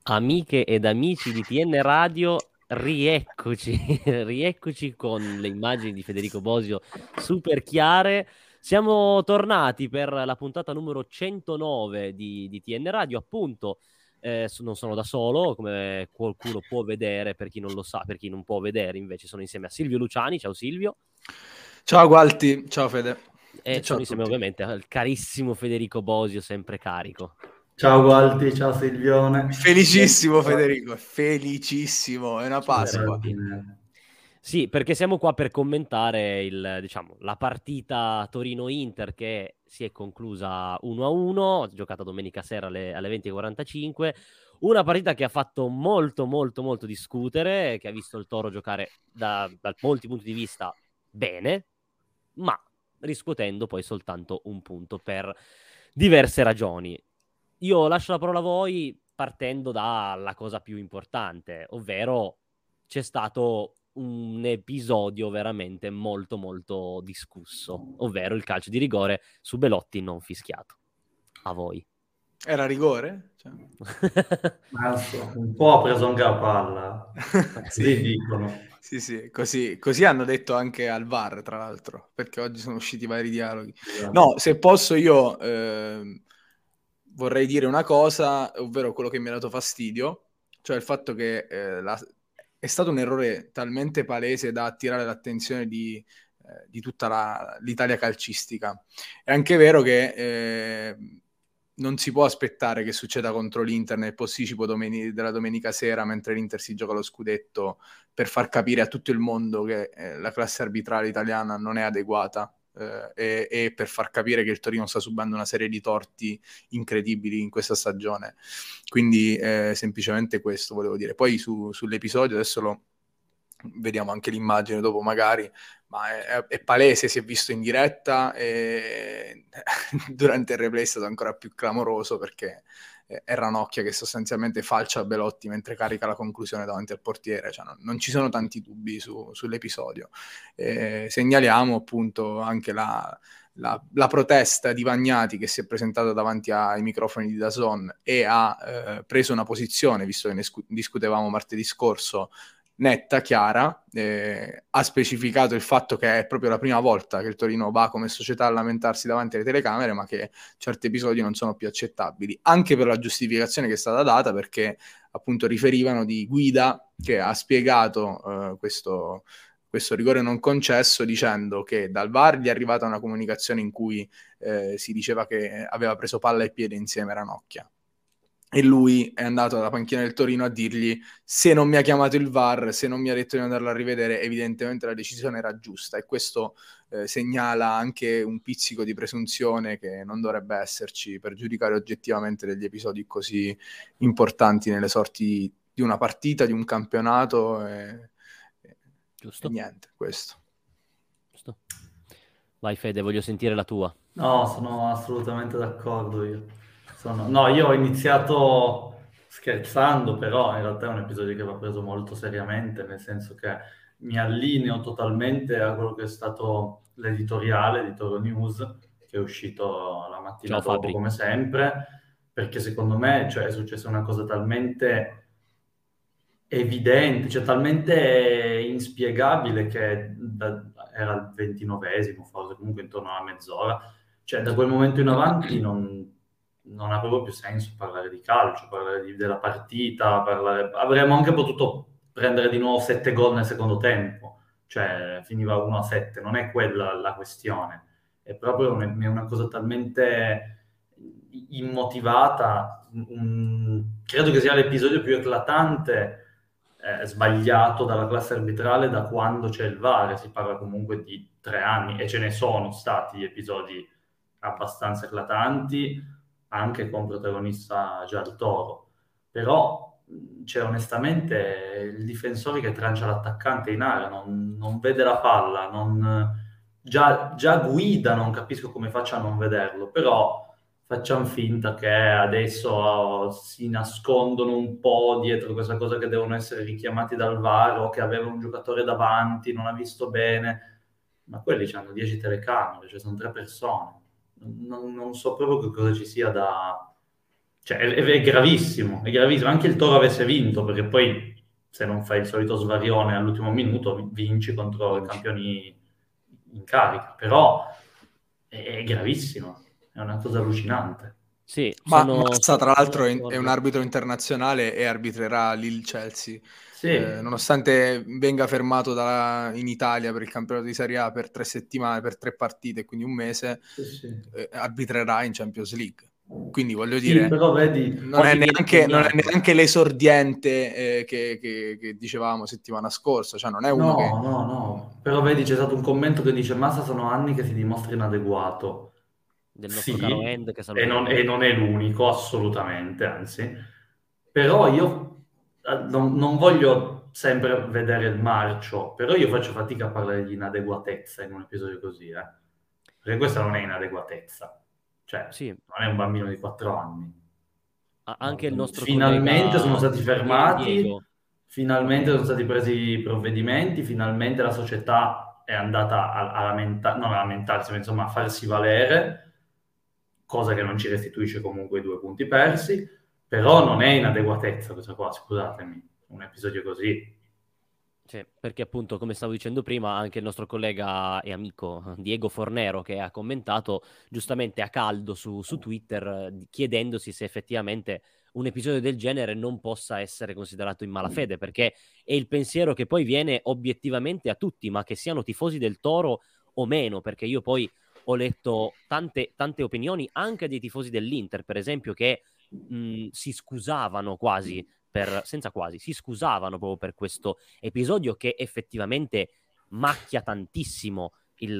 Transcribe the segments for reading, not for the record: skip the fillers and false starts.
Amiche ed amici di TN Radio, rieccoci, rieccoci con le immagini di Federico Bosio super chiare. Siamo tornati per la puntata numero 109 di TN Radio, appunto. Non sono da solo, come qualcuno può vedere, per chi non lo sa, per chi non può vedere, invece sono insieme a Silvio Luciani. Ciao Silvio. Ciao Gualti, ciao Fede. E Ciao sono a insieme tutti. ovviamente al carissimo Federico Bosio, sempre carico. Ciao Gualti, ciao Silvione. Felicissimo Federico, felicissimo, è una Ci Pasqua. mancherebbe. Sì, perché siamo qua per commentare diciamo, la partita Torino-Inter che si è conclusa 1-1, giocata domenica sera alle 20:45. Una partita che ha fatto molto, molto, molto discutere, che ha visto il Toro giocare da molti punti di vista bene, ma riscuotendo poi soltanto un punto per diverse ragioni. Io lascio la parola a voi partendo dalla cosa più importante, ovvero c'è stato un episodio veramente molto molto discusso, ovvero il calcio di rigore su Belotti non fischiato. A voi. Era rigore? Mazzo, un po' ha preso anche la palla, Sì. così dicono. Sì, così hanno detto anche al VAR, tra l'altro, perché oggi sono usciti vari dialoghi. Esatto. No, se posso io vorrei dire una cosa, ovvero quello che mi ha dato fastidio, cioè il fatto che è stato un errore talmente palese da attirare l'attenzione di tutta l'Italia calcistica. È anche vero che non si può aspettare che succeda contro l'Inter nel posticipo della domenica sera mentre l'Inter si gioca lo scudetto per far capire a tutto il mondo che la classe arbitrale italiana non è adeguata e per far capire che il Torino sta subendo una serie di torti incredibili in questa stagione. Quindi semplicemente questo volevo dire. Poi sull'episodio adesso lo vediamo anche l'immagine dopo magari, ma è palese, si è visto in diretta e durante il replay è stato ancora più clamoroso perché è Ranocchia che sostanzialmente falcia Belotti mentre carica la conclusione davanti al portiere, cioè non ci sono tanti dubbi sull'episodio. Segnaliamo appunto anche la protesta di Vagnati che si è presentata davanti ai microfoni di DAZN e ha preso una posizione, visto che ne discutevamo martedì scorso, netta, chiara, ha specificato il fatto che è proprio la prima volta che il Torino va come società a lamentarsi davanti alle telecamere, ma che certi episodi non sono più accettabili, anche per la giustificazione che è stata data, perché appunto riferivano di Guida che ha spiegato questo rigore non concesso dicendo che dal VAR gli è arrivata una comunicazione in cui si diceva che aveva preso palla e piede insieme a Ranocchia. E lui è andato alla panchina del Torino a dirgli: se non mi ha chiamato il VAR, se non mi ha detto di andarlo a rivedere, evidentemente la decisione era giusta. E questo segnala anche un pizzico di presunzione che non dovrebbe esserci per giudicare oggettivamente degli episodi così importanti nelle sorti di una partita, di un campionato Giusto? e niente, questo. Giusto. Vai Fede, voglio sentire la tua. No, sono assolutamente d'accordo io. No, io ho iniziato scherzando, però in realtà è un episodio che va preso molto seriamente, nel senso che mi allineo totalmente a quello che è stato l'editoriale di Toro News, che è uscito la mattina Ciao dopo, Fabri. come sempre, perché secondo me, cioè, è successa una cosa talmente evidente, cioè talmente inspiegabile che era il 29esimo, forse comunque intorno alla mezz'ora, cioè da quel momento in avanti non ha proprio più senso parlare di calcio, parlare della partita, avremmo anche potuto prendere di nuovo 7 gol nel secondo tempo, cioè finiva 1-7, non è quella la questione, è proprio è una cosa talmente immotivata, credo che sia l'episodio più eclatante sbagliato dalla classe arbitrale da quando c'è il VAR, si parla comunque di 3 anni e ce ne sono stati episodi abbastanza eclatanti anche con protagonista già il Toro, però cioè, onestamente il difensore che trancia l'attaccante in area non vede la palla, già guida, non capisco come faccia a non vederlo, però facciamo finta che adesso si nascondono un po' dietro questa cosa che devono essere richiamati dal VAR o che aveva un giocatore davanti, non ha visto bene, ma quelli hanno 10 telecamere, cioè sono 3 persone. Non so proprio che cosa ci sia Cioè, è gravissimo, è gravissimo. Anche il Toro avesse vinto, perché poi se non fai il solito svarione all'ultimo minuto, vinci contro i campioni in carica. Però è gravissimo, è una cosa allucinante. Sì, Ma sono Massa, tra l'altro, è un d'accordo. arbitro internazionale e arbitrerà Lille-Chelsea. Sì, Nonostante venga fermato in Italia per il campionato di Serie A per 3 settimane, per 3 partite, quindi un mese, sì, sì. arbitrerà in Champions League. Quindi voglio Sì, dire, però vedi, non è Quasi viene non è premiato. neanche l'esordiente che dicevamo settimana scorsa, cioè non è uno che... no. Però vedi, c'è stato un commento che dice Massa sono anni che si dimostra inadeguato. Del nostro caro Sì, End che e salutiamo. non è l'unico, assolutamente, anzi. Però io non voglio sempre vedere il marcio, però io faccio fatica a parlare di inadeguatezza in un episodio così, eh. Perché questa non è inadeguatezza. Cioè, Sì, non è un bambino di 4 anni. anche il nostro Finalmente sono collega stati fermati, Diego. finalmente sono stati presi i provvedimenti, finalmente la società è andata non a lamentarsi, ma insomma a farsi valere, cosa che non ci restituisce comunque i 2 punti persi, però non è inadeguatezza questa qua, scusatemi, un episodio così. Sì, perché appunto, come stavo dicendo prima, anche il nostro collega e amico Diego Fornero che ha commentato giustamente a caldo su Twitter chiedendosi se effettivamente un episodio del genere non possa essere considerato in malafede, perché è il pensiero che poi viene obiettivamente a tutti, ma che siano tifosi del Toro o meno, perché io poi ho letto tante opinioni anche dei tifosi dell'Inter, per esempio, che si scusavano quasi si scusavano proprio per questo episodio che effettivamente macchia tantissimo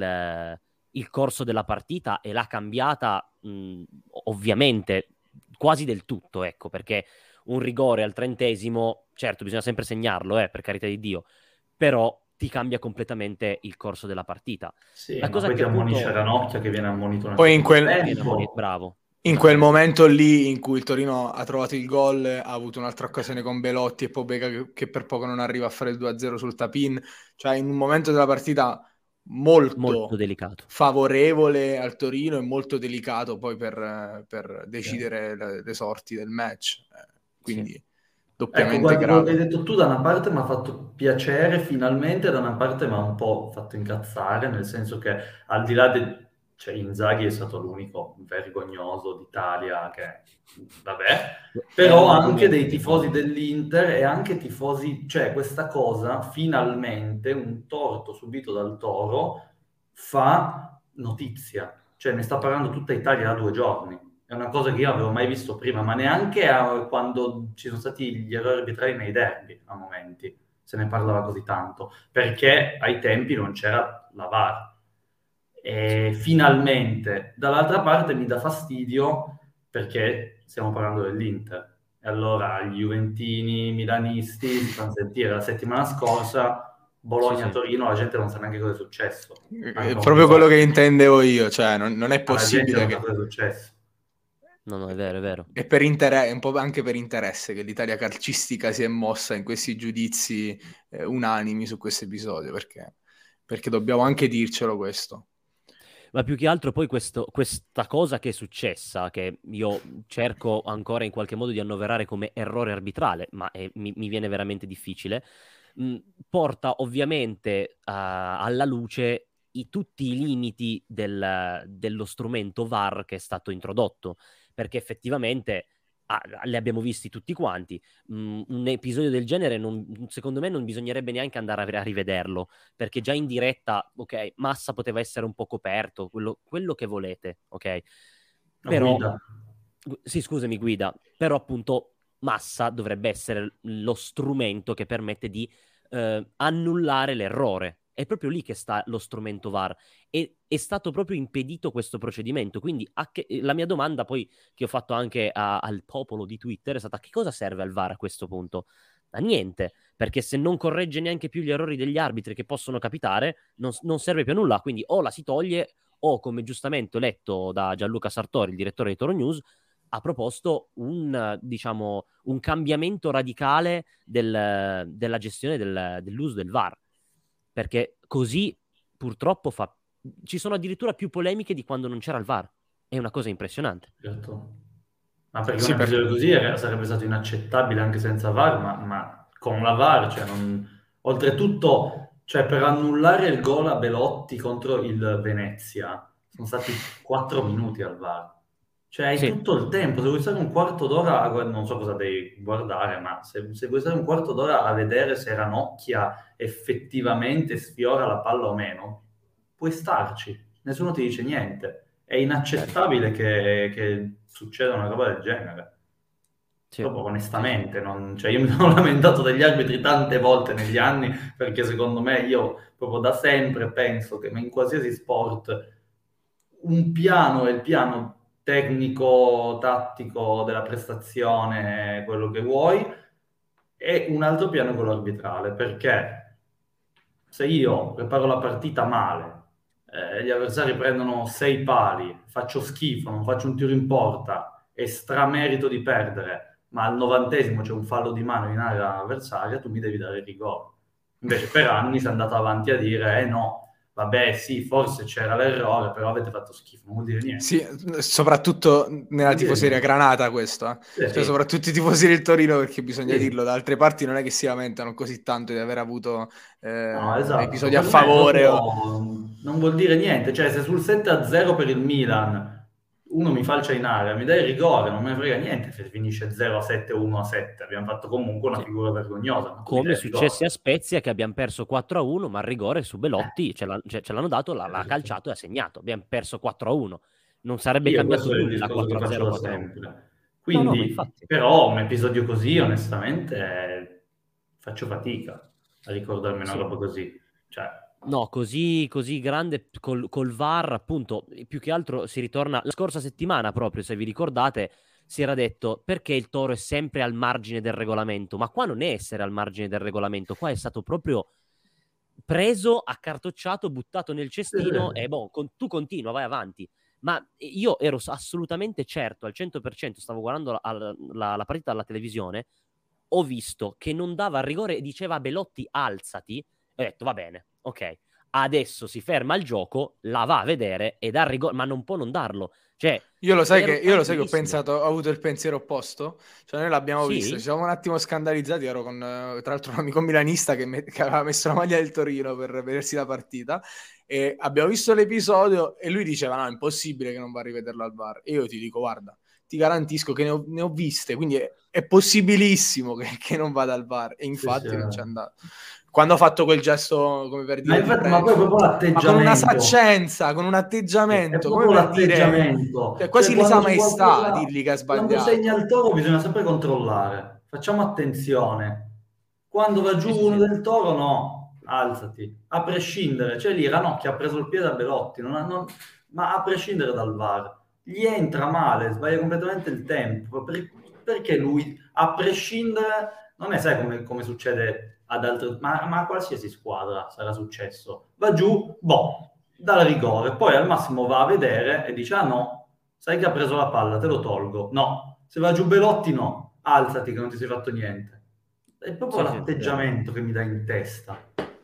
il corso della partita e l'ha cambiata ovviamente quasi del tutto, ecco, perché un rigore al 30°, certo bisogna sempre segnarlo, per carità di Dio, però ti cambia completamente il corso della partita. Sì, La ma cosa poi che ti ammonisce appunto Ranocchia che viene ammonito nel Poi in secondo quel, tempo. bravo, in quel esattamente. momento lì in cui il Torino ha trovato il gol, ha avuto un'altra occasione con Belotti e Pobega che per poco non arriva a fare il 2-0 sul tap-in, cioè in un momento della partita Molto molto delicato. favorevole al Torino e molto delicato poi per Sì. decidere le sorti del match. Sì. Quindi Ecco, doppiamente guarda, quello che hai grave. detto tu da una parte mi ha fatto piacere finalmente, da una parte mi ha un po' fatto incazzare, nel senso che al di là cioè Inzaghi è stato l'unico vergognoso d'Italia che, vabbè, Era però un anche argomento dei secondo tifosi me. dell'Inter e anche tifosi, cioè questa cosa, finalmente un torto subito dal Toro fa notizia, cioè ne sta parlando tutta Italia da 2 giorni. È una cosa che io avevo mai visto prima, ma neanche quando ci sono stati gli errori arbitrali nei derby, a momenti, se ne parlava così tanto, perché ai tempi non c'era la VAR. Sì. E finalmente, dall'altra parte mi dà fastidio perché stiamo parlando dell'Inter. E allora gli juventini, milanisti si fanno sentire la settimana scorsa, Sì, sì. Bologna-Torino, la gente non sa neanche cosa è successo. È Manca un proprio mese quello che intendevo io, cioè non è alla gente possibile non sa che... cosa è successo. No, è vero, è vero. E per interesse, un po' anche per interesse che l'Italia calcistica si è mossa in questi giudizi unanimi su questo episodio, perché dobbiamo anche dircelo questo. Ma più che altro poi questa cosa che è successa, che io cerco ancora in qualche modo di annoverare come errore arbitrale, ma mi viene veramente difficile, porta ovviamente alla luce tutti i limiti dello strumento VAR che è stato introdotto, perché effettivamente li abbiamo visti tutti quanti. Un episodio del genere, secondo me, non bisognerebbe neanche andare a rivederlo, perché già in diretta, ok, Massa poteva essere un po' coperto, quello che volete, ok? La Però, guida. sì, scusami, guida, però appunto Massa dovrebbe essere lo strumento che permette di annullare l'errore. È proprio lì che sta lo strumento VAR. E è stato proprio impedito questo procedimento. Quindi la mia domanda poi che ho fatto anche al popolo di Twitter è stata: a che cosa serve al VAR a questo punto? A niente, perché se non corregge neanche più gli errori degli arbitri che possono capitare, non serve più a nulla. Quindi o la si toglie o, come giustamente letto da Gianluca Sartori, il direttore di Toro News, ha proposto diciamo, un cambiamento radicale della gestione dell'uso del VAR, perché così purtroppo ci sono addirittura più polemiche di quando non c'era il VAR. È una cosa impressionante. Certo. Ma perché Sì, un episodio così sarebbe stato inaccettabile anche senza VAR, ma con la VAR, cioè oltretutto, cioè per annullare il gol a Belotti contro il Venezia, sono stati 4 minuti al VAR. Cioè hai Sì, tutto il tempo, se vuoi stare un quarto d'ora, non so cosa devi guardare, ma se vuoi stare un quarto d'ora a vedere se Ranocchia effettivamente sfiora la palla o meno, puoi starci, nessuno ti dice niente. È certo. inaccettabile che succeda una roba del genere. Sì, Proprio sì, sì. onestamente, cioè io mi sono lamentato degli arbitri tante volte negli anni perché secondo me io proprio da sempre penso che in qualsiasi sport un piano è il piano tecnico, tattico della prestazione, quello che vuoi, e un altro piano è quello arbitrale, perché se io preparo la partita male, gli avversari prendono 6 pali, faccio schifo, non faccio un tiro in porta e stramerito di perdere, ma al 90° c'è un fallo di mano in area avversaria, tu mi devi dare il rigore. Invece per anni si è andato avanti a dire, no, vabbè sì, forse c'era l'errore, però avete fatto schifo, non vuol dire niente. sì, soprattutto Non nella vuol dire tifoseria niente. granata questo, eh. Sì, Cioè sì. soprattutto i tifosi del Torino, perché bisogna Sì. dirlo, da altre parti non è che si lamentano così tanto di aver avuto No, esatto, episodi a per me favore. proprio non vuol dire niente, cioè se sul 7-0 per il Milan uno mi falcia in area, mi dai il rigore, non me ne frega niente se finisce 0-7 o 1-7, abbiamo fatto comunque una Sì. figura vergognosa, ma tu mi Come dai il rigore. successe a Spezia che abbiamo perso 4-1, ma il rigore su Belotti ce l'hanno dato, l'ha Certo. calciato e ha segnato. Abbiamo perso 4-1. Non sarebbe Io cambiato questo è il nulla discorso che 4-0, faccio da 4-1. sempre. No, no, ma Quindi, infatti. però, un episodio così, onestamente, faccio fatica a ricordarmi una Sì. roba così. Cioè, No, così grande col VAR, appunto, più che altro si ritorna. La scorsa settimana, proprio, se vi ricordate, si era detto perché il Toro è sempre al margine del regolamento. Ma qua non è essere al margine del regolamento, qua è stato proprio preso, accartocciato, buttato nel sì, cestino e sì. boh, tu continua, vai avanti. Ma io ero assolutamente certo, al 100%, stavo guardando la partita alla televisione, ho visto che non dava il rigore e diceva a Belotti alzati, e ho detto va bene, ok, adesso si ferma il gioco, la va a vedere e dà il rigore, ma non può non darlo. Cioè, ero Io lo sai che ho tranquillissimo. pensato, ho avuto il pensiero opposto, cioè noi l'abbiamo visto, ci Sì? siamo un attimo scandalizzati, ero con tra l'altro un amico milanista che aveva messo la maglia del Torino per vedersi la partita e abbiamo visto l'episodio e lui diceva no, è impossibile che non va a rivederlo al VAR e io ti dico guarda, ti garantisco che ne ho viste, quindi è possibilissimo che non vada al VAR e Sì, sì. infatti non c'è andato. Quando ha fatto quel gesto come per Ma dire ti infatti, ma poi è prego, proprio ma con una l'atteggiamento. saccenza, con un È atteggiamento, come proprio per dire, l'atteggiamento. cioè, Cioè, quasi quando lesa c'è maestà a qualcosa, dirgli che ha quando segna sbagliato. il Toro bisogna sempre controllare. Facciamo attenzione. Quando va giù Sì, sì, uno sì. del Toro, no, alzati. A prescindere, cioè lì Ranocchia ha preso il piede a Belotti, ma a prescindere dal VAR, gli entra male, sbaglia completamente il tempo. Perché lui, a prescindere, non è, sai come succede ad altre, ma a qualsiasi squadra sarà successo. Va giù, boh, dal rigore, poi al massimo va a vedere e dice, ah no, sai che ha preso la palla, te lo tolgo. No, se va giù Belotti no, alzati che non ti sei fatto niente. È proprio Sì, sì, vero. l'atteggiamento che mi dà in testa.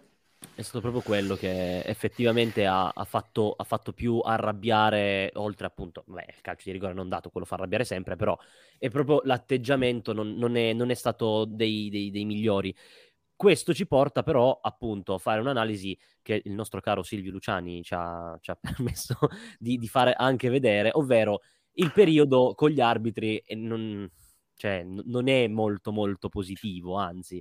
È stato proprio quello che effettivamente ha fatto più arrabbiare, oltre appunto, beh, il calcio di rigore non dato, quello fa arrabbiare sempre, però è proprio l'atteggiamento non è stato dei migliori. Questo ci porta però appunto a fare un'analisi che il nostro caro Silvio Luciani ci ha permesso di fare anche vedere, ovvero il periodo con gli arbitri cioè, non è molto molto positivo, anzi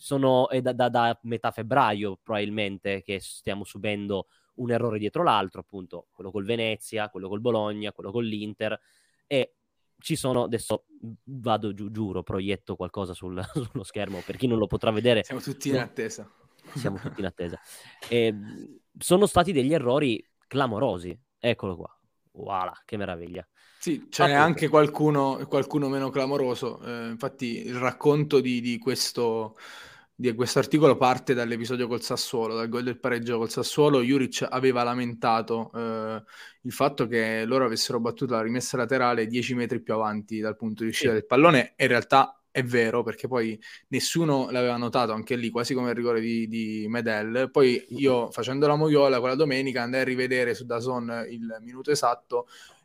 è da metà febbraio probabilmente che stiamo subendo un errore dietro l'altro, appunto quello col Venezia, quello col Bologna, quello con l'Inter e ci sono, adesso vado giuro, proietto qualcosa sullo schermo, per chi non lo potrà vedere, Siamo tutti in no, attesa. siamo tutti in attesa. E, sono stati degli errori clamorosi, eccolo qua, voilà, che meraviglia. Sì, ce n'è Appunto, anche qualcuno meno clamoroso. Infatti il racconto di questo articolo parte dall'episodio col Sassuolo, dal gol del pareggio col Sassuolo. Juric aveva lamentato il fatto che loro avessero battuto la rimessa laterale 10 metri più avanti dal punto di uscita sì, del pallone. E in realtà è vero, perché poi nessuno l'aveva notato, anche lì, quasi come il rigore di Medel. Poi io, facendo la moviola quella domenica, andai a rivedere su DAZN il minuto esatto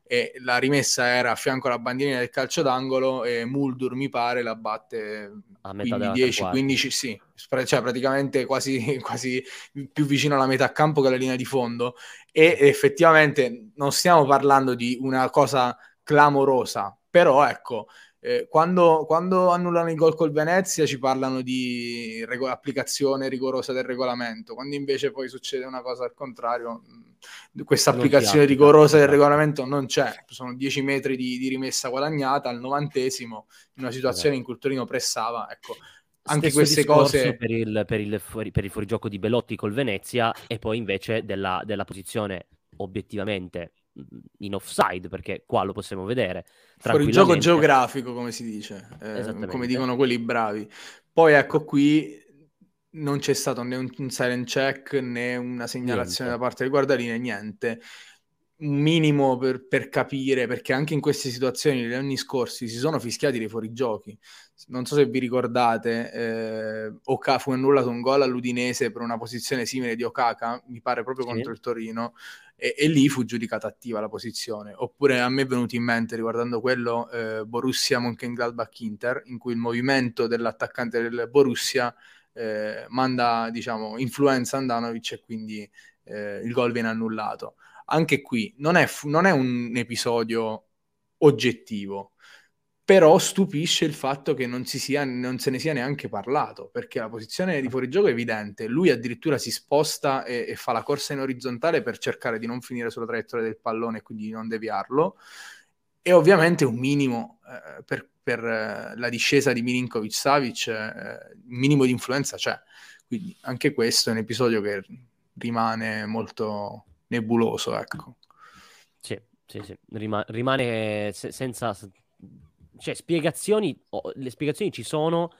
e la rimessa era a fianco alla bandierina del calcio d'angolo e Muldur mi pare la batte a metà della 10, 15, sì, cioè praticamente quasi più vicino alla metà campo che alla linea di fondo, e effettivamente non stiamo parlando di una cosa clamorosa, però ecco, quando annullano il gol col Venezia ci parlano di applicazione rigorosa del regolamento, quando invece poi succede una cosa al contrario, questa applicazione rigorosa del regolamento non c'è, sono 10 metri di rimessa guadagnata al 90esimo in una situazione in cui il Torino pressava, ecco. Anche Stesso queste cose per il fuorigioco di Belotti col Venezia, e poi invece della posizione obiettivamente in offside, perché qua lo possiamo vedere fuorigioco geografico, come si dice, come dicono quelli bravi. Poi ecco, qui non c'è stato né un silent check né una segnalazione da parte del guardaline, niente. Un minimo per capire, perché anche in queste situazioni negli anni scorsi si sono fischiati dei fuorigiochi. Non so se vi ricordate, fu annullato un gol all'Udinese per una posizione simile di Okaka, mi pare proprio contro il Torino, e lì fu giudicata attiva la posizione. Oppure a me è venuto in mente, riguardando quello, Borussia Mönchengladbach-Inter, in cui il movimento dell'attaccante del Borussia manda, diciamo, influenza Andanovic e quindi il gol viene annullato. Anche qui non è un episodio oggettivo, però stupisce il fatto che non se ne sia neanche parlato, perché la posizione di fuorigioco è evidente. Lui addirittura si sposta e fa la corsa in orizzontale per cercare di non finire sulla traiettoria del pallone e quindi di non deviarlo, e ovviamente un minimo per la discesa di Milinkovic-Savic, un minimo di influenza c'è. Quindi anche questo è un episodio che rimane molto nebuloso, ecco. Sì. Rimane senza, cioè, spiegazioni, le spiegazioni ci sono,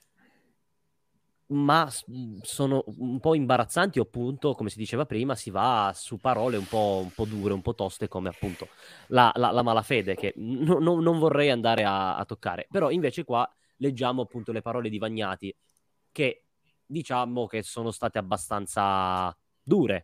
ma sono un po' imbarazzanti, o appunto, come si diceva prima, si va su parole un po' dure, un po' toste, come appunto la malafede, che non vorrei andare a toccare. Però invece qua leggiamo appunto le parole di Vagnati, che diciamo che sono state abbastanza dure.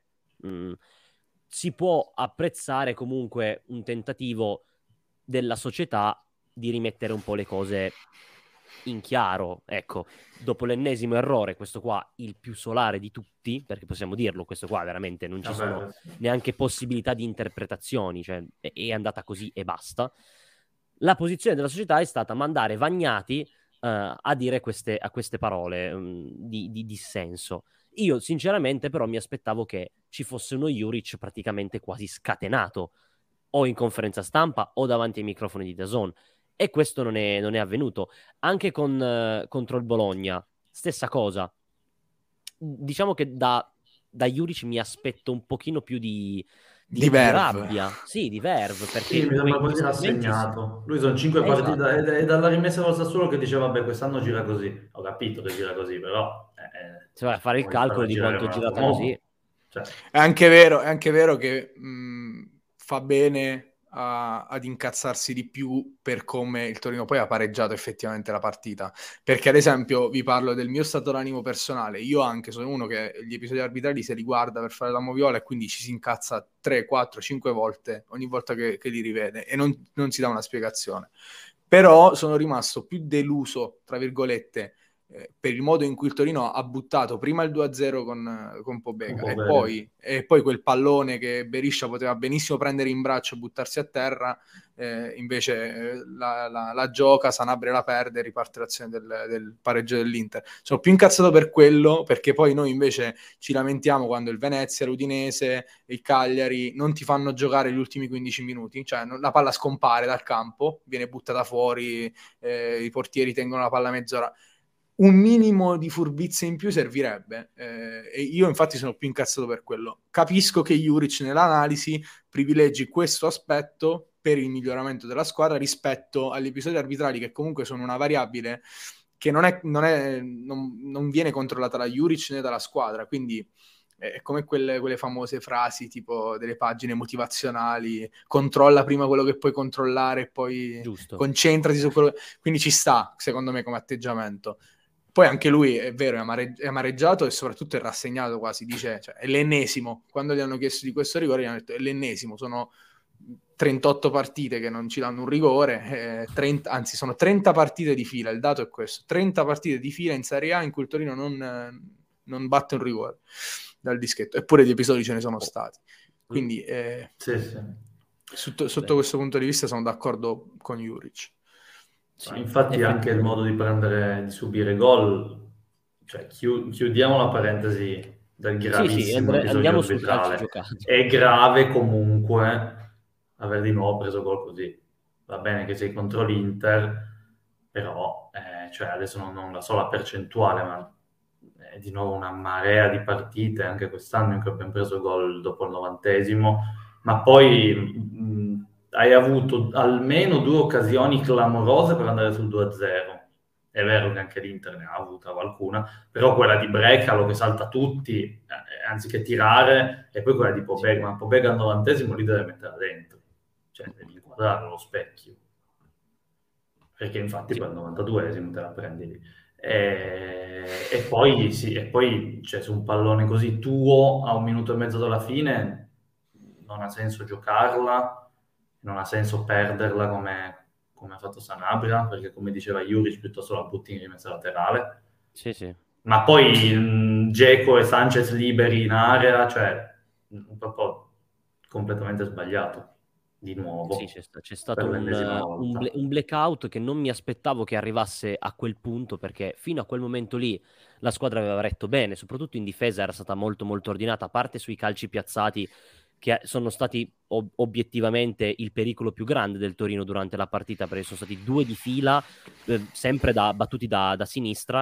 Si può apprezzare comunque un tentativo della società di rimettere un po' le cose in chiaro, ecco. Dopo l'ennesimo errore, questo qua il più solare di tutti, perché possiamo dirlo, questo qua veramente non ci sono neanche possibilità di interpretazioni, cioè è andata così e basta. La posizione della società è stata mandare Vagnati a dire queste parole di dissenso. Io sinceramente però mi aspettavo che ci fosse uno Juric praticamente quasi scatenato, o in conferenza stampa o davanti ai microfoni di DAZN, e questo non è avvenuto. Anche contro il Bologna, stessa cosa. Diciamo che da Juric mi aspetto un pochino più di rabbia. Sì, di verve, perché mi sembra quasi rassegnato. Lui sono 5 partite, è dalla rimessa col Sassuolo che diceva, vabbè, quest'anno gira così. Ho capito che gira così, però cioè, a fare il calcolo di quanto è girata così. Cioè. È anche vero che fa bene ad incazzarsi di più per come il Torino poi ha pareggiato effettivamente la partita, perché ad esempio vi parlo del mio stato d'animo personale. Io anche sono uno che gli episodi arbitrali se li guarda per fare la moviola e quindi ci si incazza 3, 4, 5 volte ogni volta che li rivede e non si dà una spiegazione. Però sono rimasto più deluso, tra virgolette, per il modo in cui il Torino ha buttato prima il 2-0 con Pobega e poi quel pallone che Beriscia poteva benissimo prendere in braccio e buttarsi a terra, invece la gioca, Sanabria la perde e riparte l'azione del pareggio dell'Inter. Sono più incazzato per quello, perché poi noi invece ci lamentiamo quando il Venezia, l'Udinese, il Cagliari non ti fanno giocare gli ultimi 15 minuti, cioè la palla scompare dal campo, viene buttata fuori, i portieri tengono la palla mezz'ora. Un minimo di furbizia in più servirebbe, e io infatti sono più incazzato per quello. Capisco che Juric nell'analisi privilegi questo aspetto per il miglioramento della squadra rispetto agli episodi arbitrali, che comunque sono una variabile che non viene controllata da Juric né dalla squadra, quindi è come quelle famose frasi tipo delle pagine motivazionali: controlla prima quello che puoi controllare e poi concentrati su quello. Quindi ci sta, secondo me, come atteggiamento. Poi anche lui, è vero, è amareggiato e soprattutto è rassegnato quasi, dice, cioè, è l'ennesimo. Quando gli hanno chiesto di questo rigore gli hanno detto è l'ennesimo, sono 38 partite che non ci danno un rigore, 30, anzi sono 30 partite di fila, il dato è questo, 30 partite di fila in Serie A in cui il Torino non batte un rigore dal dischetto, eppure gli episodi ce ne sono stati. Quindi sì, sì. sotto questo punto di vista sono d'accordo con Juric. Sì, infatti anche il modo di subire gol, cioè chiudiamo la parentesi del gravissimo episodio andiamo sul calcio arbitrale. giocato. È grave comunque aver di nuovo preso gol così. Va bene che sei contro l'Inter, però cioè adesso non la so la percentuale, ma è di nuovo una marea di partite, anche quest'anno in cui abbiamo preso gol dopo il 90°, ma poi hai avuto almeno 2 occasioni clamorose per andare sul 2-0. È vero che anche l'Inter ne ha avuta qualcuna, però quella di Brecalo che salta tutti, anziché tirare, e poi quella di Pobega, ma Pobega al 90° lì deve metterla dentro, cioè devi inquadrare lo specchio, perché infatti poi al 92° te la prendi lì. E poi, sì, e poi cioè, su un pallone così tuo a 1 minuto e mezzo dalla fine non ha senso giocarla, non ha senso perderla come ha fatto Sanabria, perché come diceva Juric piuttosto la butti in rimessa laterale. Sì, sì. Ma poi Dzeko e Sanchez liberi in area, cioè proprio completamente sbagliato di nuovo. Sì, c'è stato per l'ennesima volta. un blackout che non mi aspettavo che arrivasse a quel punto, perché fino a quel momento lì la squadra aveva retto bene, soprattutto in difesa era stata molto molto ordinata, a parte sui calci piazzati che sono stati obiettivamente il pericolo più grande del Torino durante la partita, perché sono stati 2 di fila, sempre battuti da sinistra,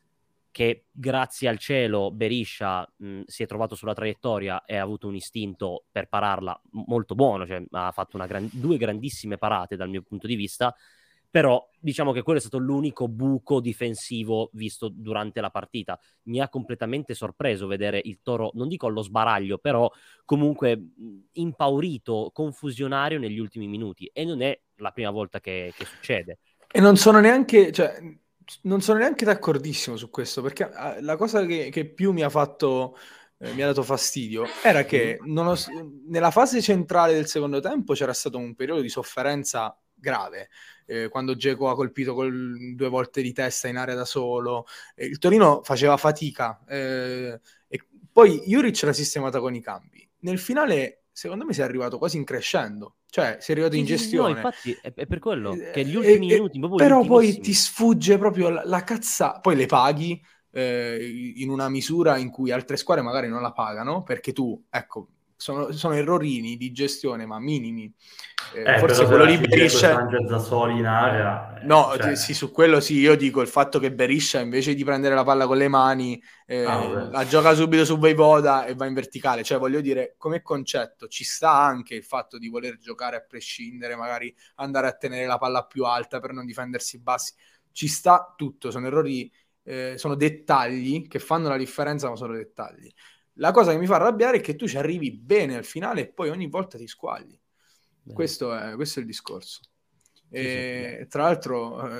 che grazie al cielo Berisha si è trovato sulla traiettoria e ha avuto un istinto per pararla molto buono, cioè ha fatto 2 grandissime parate dal mio punto di vista, però diciamo che quello è stato l'unico buco difensivo visto durante la partita. Mi ha completamente sorpreso vedere il Toro, non dico allo sbaraglio, però comunque impaurito, confusionario negli ultimi minuti, e non è la prima volta che succede. E non sono neanche, cioè, non sono neanche d'accordissimo su questo, perché la cosa che più mi ha fatto, mi ha dato fastidio era che nella fase centrale del secondo tempo c'era stato un periodo di sofferenza grave, quando Dzeko ha colpito 2 volte di testa in area da solo, il Torino faceva fatica, e poi Juric l'ha sistemata con i cambi. Nel finale, secondo me, si è arrivato quasi in crescendo, cioè si è arrivato in gestione. No, infatti è per quello che gli ultimi minuti, però poi ti sfugge proprio la cazza, poi le paghi in una misura in cui altre squadre magari non la pagano, perché tu, ecco, sono errorini di gestione, ma minimi. Forse quello lì Berisha da soli in area. No, cioè... sì, su quello sì, io dico il fatto che Berisha invece di prendere la palla con le mani la gioca subito su Vojvoda e va in verticale, cioè voglio dire, come concetto ci sta anche il fatto di voler giocare a prescindere, magari andare a tenere la palla più alta per non difendersi bassi, ci sta tutto, sono errori, sono dettagli che fanno la differenza, ma sono dettagli. La cosa che mi fa arrabbiare è che tu ci arrivi bene al finale e poi ogni volta ti squagli. Questo è il discorso. Sì. Tra l'altro,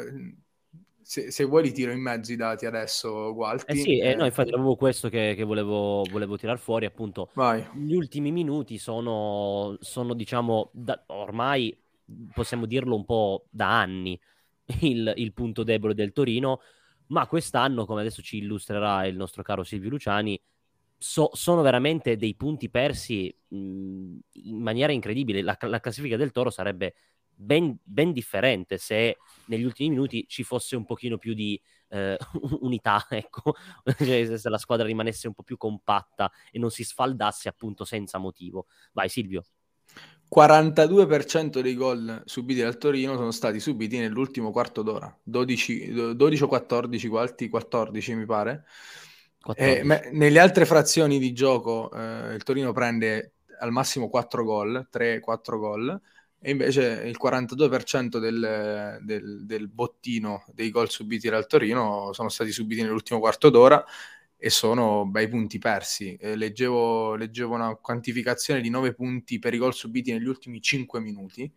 se vuoi li tiro in mezzo i dati adesso, Gualti. No, infatti era proprio questo che volevo tirar fuori, appunto. Vai. Gli ultimi minuti sono diciamo, ormai possiamo dirlo un po' da anni, il punto debole del Torino, ma quest'anno, come adesso ci illustrerà il nostro caro Silvio Luciani, sono veramente dei punti persi in maniera incredibile. La classifica del Toro sarebbe ben differente se negli ultimi minuti ci fosse un pochino più di unità, ecco, cioè, se la squadra rimanesse un po' più compatta e non si sfaldasse appunto senza motivo. Vai Silvio. 42% dei gol subiti dal Torino sono stati subiti nell'ultimo quarto d'ora, 12 o 14, Gualti, 14 mi pare. Nelle altre frazioni di gioco il Torino prende al massimo 4 gol, 3-4 gol, e invece il 42% del bottino dei gol subiti dal Torino sono stati subiti nell'ultimo quarto d'ora e sono bei punti persi. Leggevo una quantificazione di 9 punti per i gol subiti negli ultimi 5 minuti.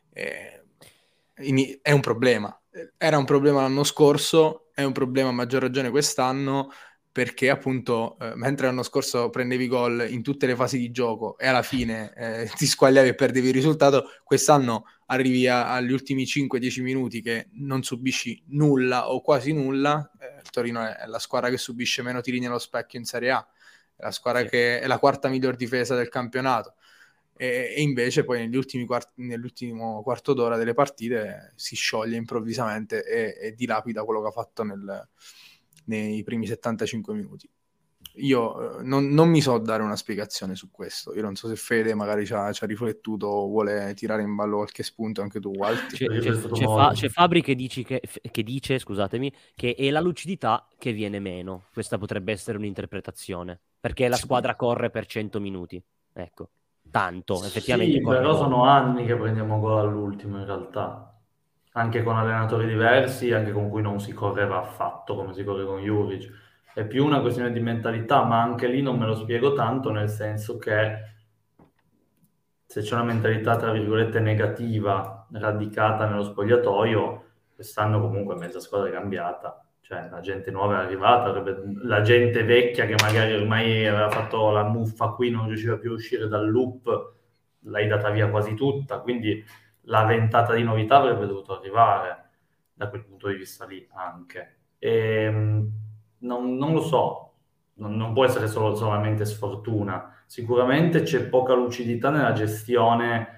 È un problema. Era un problema l'anno scorso, è un problema a maggior ragione quest'anno. perché appunto mentre l'anno scorso prendevi gol in tutte le fasi di gioco e alla fine ti squagliavi e perdevi il risultato, quest'anno arrivi agli ultimi 5-10 minuti che non subisci nulla o quasi nulla. Il Torino è la squadra che subisce meno tiri nello specchio in Serie A, è la squadra che è la quarta miglior difesa del campionato, e invece poi nell'ultimo quarto d'ora delle partite si scioglie improvvisamente e dilapida quello che ha fatto nei primi 75 minuti. Io non mi so dare una spiegazione su questo. Io non so se Fede magari ci ha riflettuto o vuole tirare in ballo qualche spunto anche tu, Walti. C'è Fabri che dice, scusatemi, che è la lucidità che viene meno. Questa potrebbe essere un'interpretazione, perché la squadra corre per 100 minuti. Ecco, tanto, effettivamente. Sì, però sono anni che prendiamo gol all'ultimo in realtà. Anche con allenatori diversi, anche con cui non si correva affatto come si corre con Juric. È più una questione di mentalità, ma anche lì non me lo spiego tanto, nel senso che se c'è una mentalità, tra virgolette, negativa, radicata nello spogliatoio, quest'anno comunque mezza squadra è cambiata. Cioè, la gente nuova è arrivata, la gente vecchia che magari ormai aveva fatto la muffa qui, non riusciva più a uscire dal loop, l'hai data via quasi tutta, quindi la ventata di novità avrebbe dovuto arrivare da quel punto di vista lì anche. Non lo so, non può essere solamente sfortuna. Sicuramente c'è poca lucidità nella gestione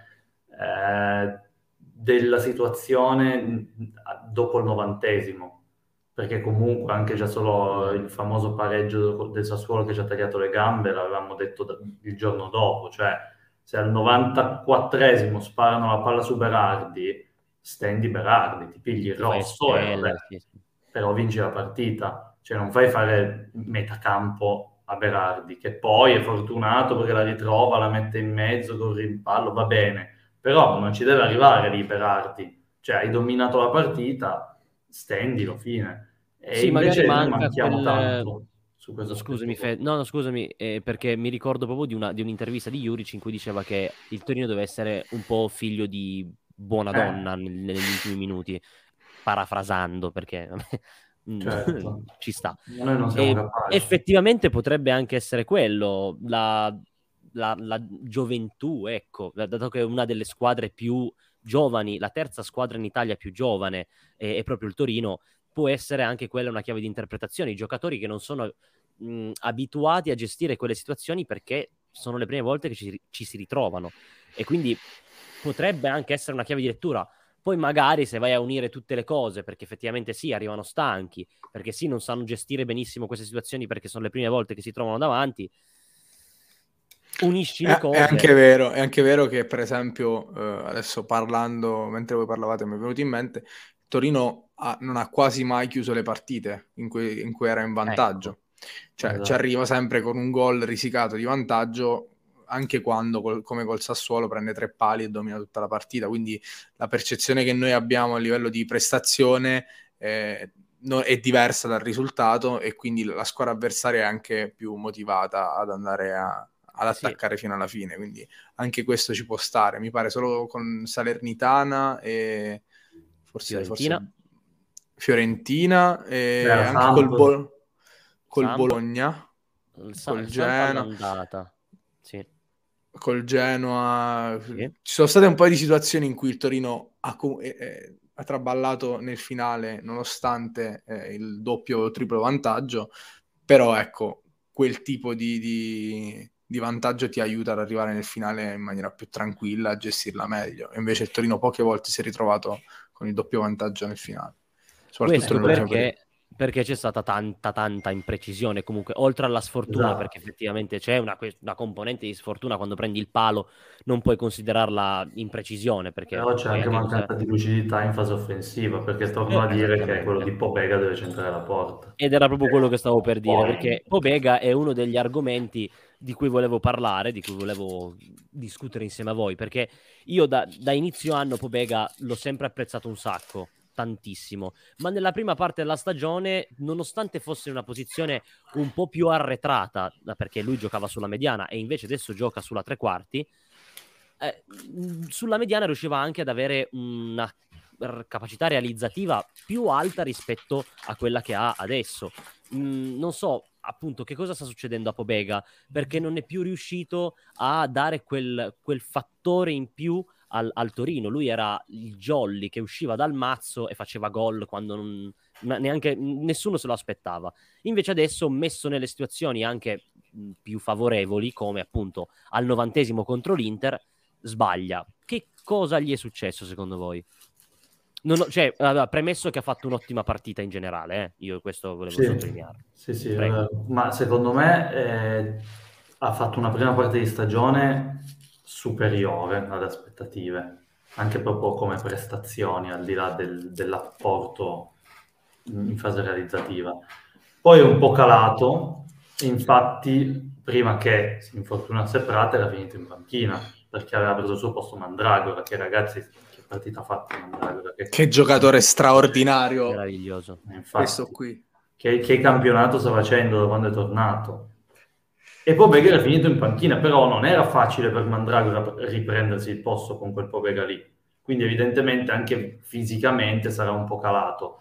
della situazione dopo il 90°, perché comunque anche già solo il famoso pareggio del Sassuolo che ci ha tagliato le gambe l'avevamo detto il giorno dopo, cioè se al 94° sparano la palla su Berardi, stendi Berardi, ti pigli il rosso e vabbè, però vinci la partita, cioè non fai fare metacampo a Berardi, che poi è fortunato perché la ritrova, la mette in mezzo con rimpallo, va bene, però non ci deve arrivare lì Berardi, cioè hai dominato la partita, stendilo, fine. E sì, invece magari noi manchiamo tanto. Scusami, scusami, perché mi ricordo proprio di un'intervista di Juric in cui diceva che il Torino deve essere un po' figlio di buona donna negli ultimi minuti, parafrasando, perché certo. ci sta. Noi non siamo capaci. Effettivamente potrebbe anche essere quello, la gioventù, ecco, dato che è una delle squadre più giovani, la terza squadra in Italia più giovane è proprio il Torino, può essere anche quella una chiave di interpretazione. I giocatori che non sono abituati a gestire quelle situazioni perché sono le prime volte che ci si ritrovano, e quindi potrebbe anche essere una chiave di lettura. Poi magari se vai a unire tutte le cose, perché effettivamente sì, arrivano stanchi, perché sì, non sanno gestire benissimo queste situazioni perché sono le prime volte che si trovano davanti, unisci le cose. È anche vero che, per esempio, adesso parlando, mentre voi parlavate mi è venuto in mente, Torino non ha quasi mai chiuso le partite in cui era in vantaggio. Ecco. Cioè, esatto. Ci arriva sempre con un gol risicato di vantaggio, anche quando, come col Sassuolo, prende 3 pali e domina tutta la partita. Quindi la percezione che noi abbiamo a livello di prestazione è diversa dal risultato, e quindi la squadra avversaria è anche più motivata ad andare ad attaccare fino alla fine. Quindi anche questo ci può stare. Mi pare solo con Salernitana e forse Fiorentina e anche col Bologna, col Genoa. Sì. Col Genoa. Sì. Ci sono state un paio di situazioni in cui il Torino ha traballato nel finale nonostante il doppio o triplo vantaggio, però ecco, quel tipo di vantaggio ti aiuta ad arrivare nel finale in maniera più tranquilla, a gestirla meglio. E invece il Torino poche volte si è ritrovato con il doppio vantaggio nel finale. Questo perché c'è stata tanta imprecisione, comunque, oltre alla sfortuna, esatto. Perché effettivamente c'è una componente di sfortuna. Quando prendi il palo non puoi considerarla imprecisione, perché però c'è anche mancanza di lucidità in fase offensiva, perché torno a dire che quello di Pobega deve centrare la porta. Ed era proprio quello che stavo per dire, perché Pobega è uno degli argomenti di cui volevo parlare, di cui volevo discutere insieme a voi, perché io da inizio anno Pobega l'ho sempre apprezzato un sacco, tantissimo, ma nella prima parte della stagione, nonostante fosse in una posizione un po' più arretrata, perché lui giocava sulla mediana e invece adesso gioca sulla tre quarti, sulla mediana riusciva anche ad avere una capacità realizzativa più alta rispetto a quella che ha adesso. Non so, appunto che cosa sta succedendo a Pobega, perché non è più riuscito a dare quel fattore in più al Torino. Lui era il jolly che usciva dal mazzo e faceva gol quando neanche nessuno se lo aspettava. Invece adesso, messo nelle situazioni anche più favorevoli, come appunto al 90° contro l'Inter, sbaglia. Che cosa gli è successo secondo voi? Premesso che ha fatto un'ottima partita in generale, io questo volevo sottolineare. Sì, ma secondo me ha fatto una prima parte di stagione superiore alle aspettative, anche proprio come prestazioni, al di là dell'apporto in fase realizzativa. Poi è un po' calato, infatti prima che si infortunasse Prata era finito in panchina, perché aveva preso il suo posto Mandragora, che ragazzi, che partita ha fatto Mandragora? Che giocatore straordinario, meraviglioso. Infatti, questo qui. Che campionato sta facendo da quando è tornato. E Pobega era finito in panchina, però non era facile per Mandragora riprendersi il posto con quel Pobega lì. Quindi evidentemente anche fisicamente sarà un po' calato.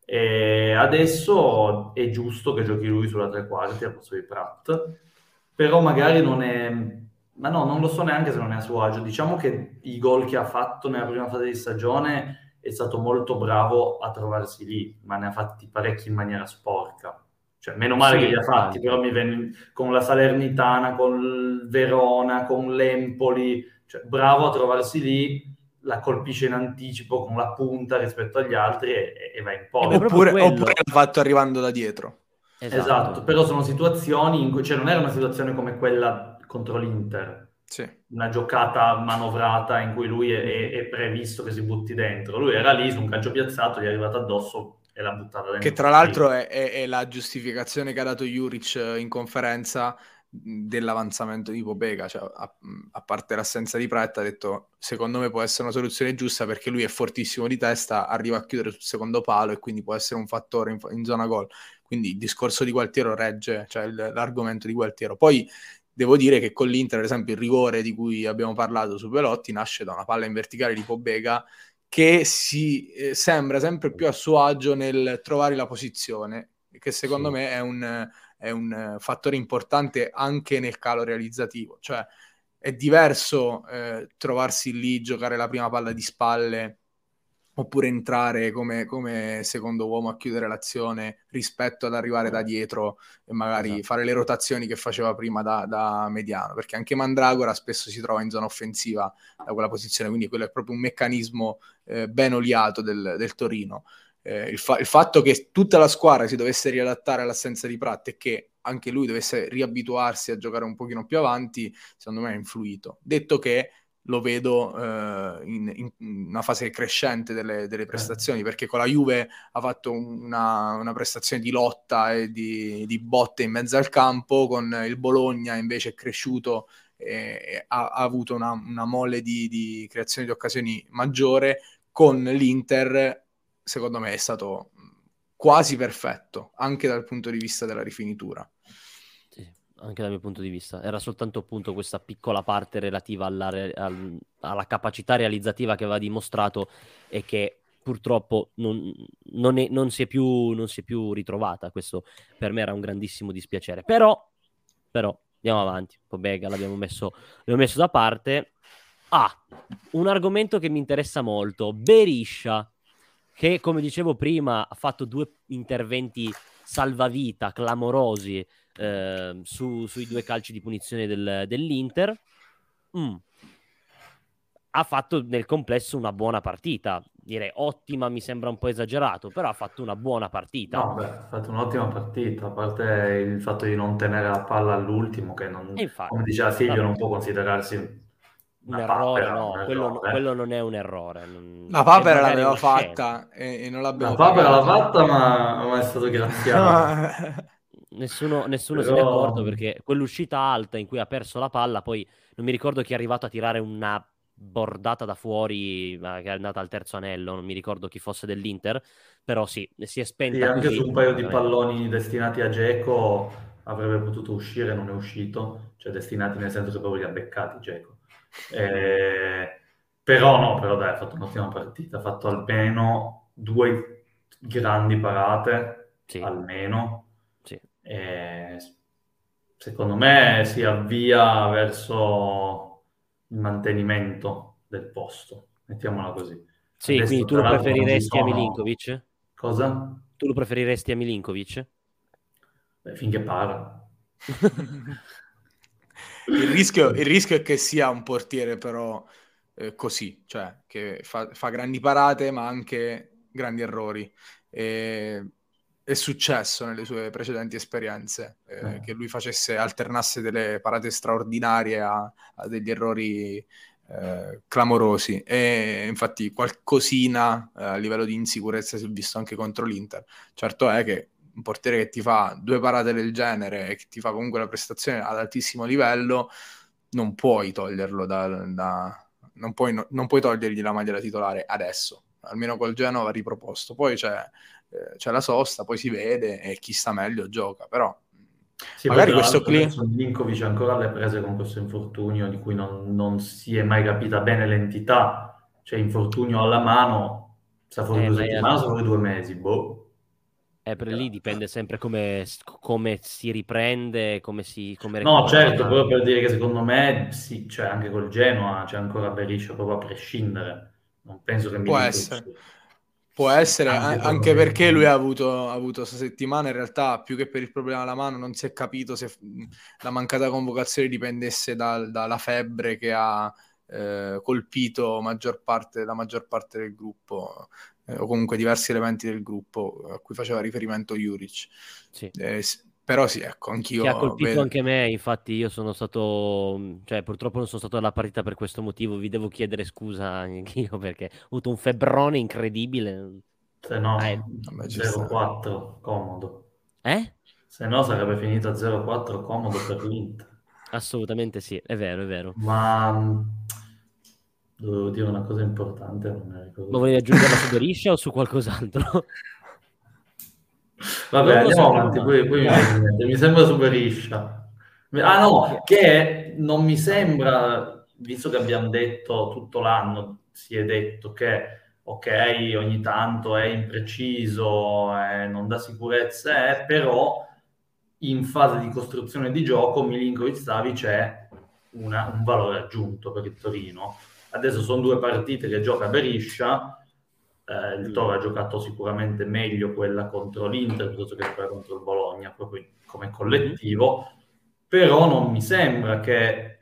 E adesso è giusto che giochi lui sulla tre quarti al posto di Pratt, però magari non è... Ma no, non lo so neanche se non è a suo agio. Diciamo che i gol che ha fatto nella prima fase di stagione è stato molto bravo a trovarsi lì, ma ne ha fatti parecchi in maniera sporca. Cioè, meno male che li ha fatti, però mi venne con la Salernitana, con il Verona, con l'Empoli, cioè bravo a trovarsi lì, la colpisce in anticipo con la punta rispetto agli altri e va in porta. Oppure l'ha fatto arrivando da dietro. Esatto, però sono situazioni, cioè non era una situazione come quella contro l'Inter, sì. Una giocata manovrata in cui lui è previsto che si butti dentro. Lui era lì su un calcio piazzato, gli è arrivato addosso e l'ha buttata dentro. Che tra l'altro è la giustificazione che ha dato Juric in conferenza dell'avanzamento di Pobega, cioè, a parte l'assenza di Pratt, ha detto secondo me può essere una soluzione giusta perché lui è fortissimo di testa, arriva a chiudere sul secondo palo e quindi può essere un fattore in zona gol. Quindi il discorso di Gualtiero regge, cioè l'argomento di Gualtiero. Poi devo dire che con l'Inter, ad esempio, il rigore di cui abbiamo parlato su Belotti nasce da una palla in verticale di Pobega che si sembra sempre più a suo agio nel trovare la posizione, che secondo me è un fattore importante anche nel calo realizzativo. Cioè è diverso trovarsi lì, giocare la prima palla di spalle oppure entrare come secondo uomo a chiudere l'azione rispetto ad arrivare da dietro e magari fare le rotazioni che faceva prima da mediano, perché anche Mandragora spesso si trova in zona offensiva da quella posizione, quindi quello è proprio un meccanismo ben oliato del Torino. Il fatto che tutta la squadra si dovesse riadattare all'assenza di Pratt e che anche lui dovesse riabituarsi a giocare un pochino più avanti, secondo me ha influito. Detto che lo vedo in una fase crescente delle prestazioni, perché con la Juve ha fatto una prestazione di lotta e di botte in mezzo al campo, con il Bologna invece è cresciuto e ha avuto una mole di creazione di occasioni maggiore. Con l'Inter secondo me è stato quasi perfetto anche dal punto di vista della rifinitura. Anche dal mio punto di vista era soltanto appunto questa piccola parte relativa alla capacità realizzativa che aveva dimostrato e che purtroppo non si è più ritrovata. Questo per me era un grandissimo dispiacere, però andiamo avanti. Pobega l'abbiamo messo da parte. Un argomento che mi interessa molto, Berisha, che come dicevo prima ha fatto 2 interventi salvavita clamorosi sui 2 calci di punizione dell'Inter. Ha fatto nel complesso una buona partita, direi ottima, mi sembra un po' esagerato, però ha fatto una buona partita. No, ha fatto un'ottima partita, a parte il fatto di non tenere la palla all'ultimo, che non, infatti, come diceva Silvio, non può considerarsi un errore, quello non è un errore. La Papera l'aveva fatta e non l'abbiamo fatta. La Papera l'ha fatta, ma è stato graziato. Nessuno se ne è accorto, perché quell'uscita alta in cui ha perso la palla, poi non mi ricordo chi è arrivato a tirare una bordata da fuori che è andata al terzo anello, non mi ricordo chi fosse dell'Inter, però si è spenta anche così, su un paio di palloni destinati a Dzeko avrebbe potuto uscire, non è uscito, cioè destinati nel senso che proprio li ha beccati Dzeko. Però dai, ha fatto un'ottima partita, ha fatto almeno 2 grandi parate, almeno. secondo me si avvia verso il mantenimento del posto, mettiamola così. Sì, quindi Adesso, tu tra lo l'altro, non ci preferiresti a sono... Milinkovic? Cosa? Tu lo preferiresti a Milinkovic? Beh, finché paga. Il rischio è che sia un portiere però così, cioè che fa grandi parate ma anche grandi errori. E, è successo nelle sue precedenti esperienze che lui alternasse delle parate straordinarie a degli errori clamorosi, e infatti qualcosina a livello di insicurezza si è visto anche contro l'Inter. Certo è che un portiere che ti fa due parate del genere e che ti fa comunque la prestazione ad altissimo livello, non puoi toglierlo non puoi togliergli la maglia da titolare adesso, almeno col Genoa va riproposto. Poi c'è la sosta, poi si vede e chi sta meglio gioca, però Sì, poi magari tra questo l'altro qui adesso Milinkovic ancora alle prese con questo infortunio di cui non si è mai capita bene l'entità, cioè infortunio alla mano, sta fuori due Ma settimane, sta fuori 2 mesi, boh. per lì dipende sempre come si riprende, come No, certo, recupera. però per dire che secondo me sì, cioè anche col Genoa c'è ancora Beriscia proprio a prescindere. Non penso che può Milinkovic, essere. Può essere, anche anche proprio perché lui ha avuto questa settimana, in realtà, più che per il problema alla mano, non si è capito se la mancata convocazione dipendesse dalla febbre che ha colpito la maggior parte del gruppo, o comunque diversi elementi del gruppo a cui faceva riferimento Juric. Sì. Però sì, ecco, Che ha anch'io colpito vedo. anche me, infatti io sono stato, cioè purtroppo non sono stato alla partita per questo motivo, vi devo chiedere scusa anch'io perché ho avuto un febbrone incredibile. se no Eh? Vabbè, ci sta. 0-4 comodo. Eh? Se no sarebbe finita 0-4 comodo per l'Inter. Assolutamente sì, è vero, è vero. Ma dovevo dire una cosa importante, non me la ricordo Ma più. volevi aggiungerla su Beriscia o su qualcos'altro? Vabbè, Non lo andiamo sapevo avanti, poi, mai. poi mi viene in mente. Mi sembra superiscia. Ah no, che non mi sembra, visto che abbiamo detto tutto l'anno, si è detto che ok, ogni tanto è impreciso, non dà sicurezza, però in fase di costruzione di gioco Milinkovic-Savic è un valore aggiunto per il Torino. Adesso sono 2 partite che gioca Beriscia, il Toro ha giocato sicuramente meglio quella contro l'Inter piuttosto che quella contro il Bologna, proprio come collettivo, però non mi sembra che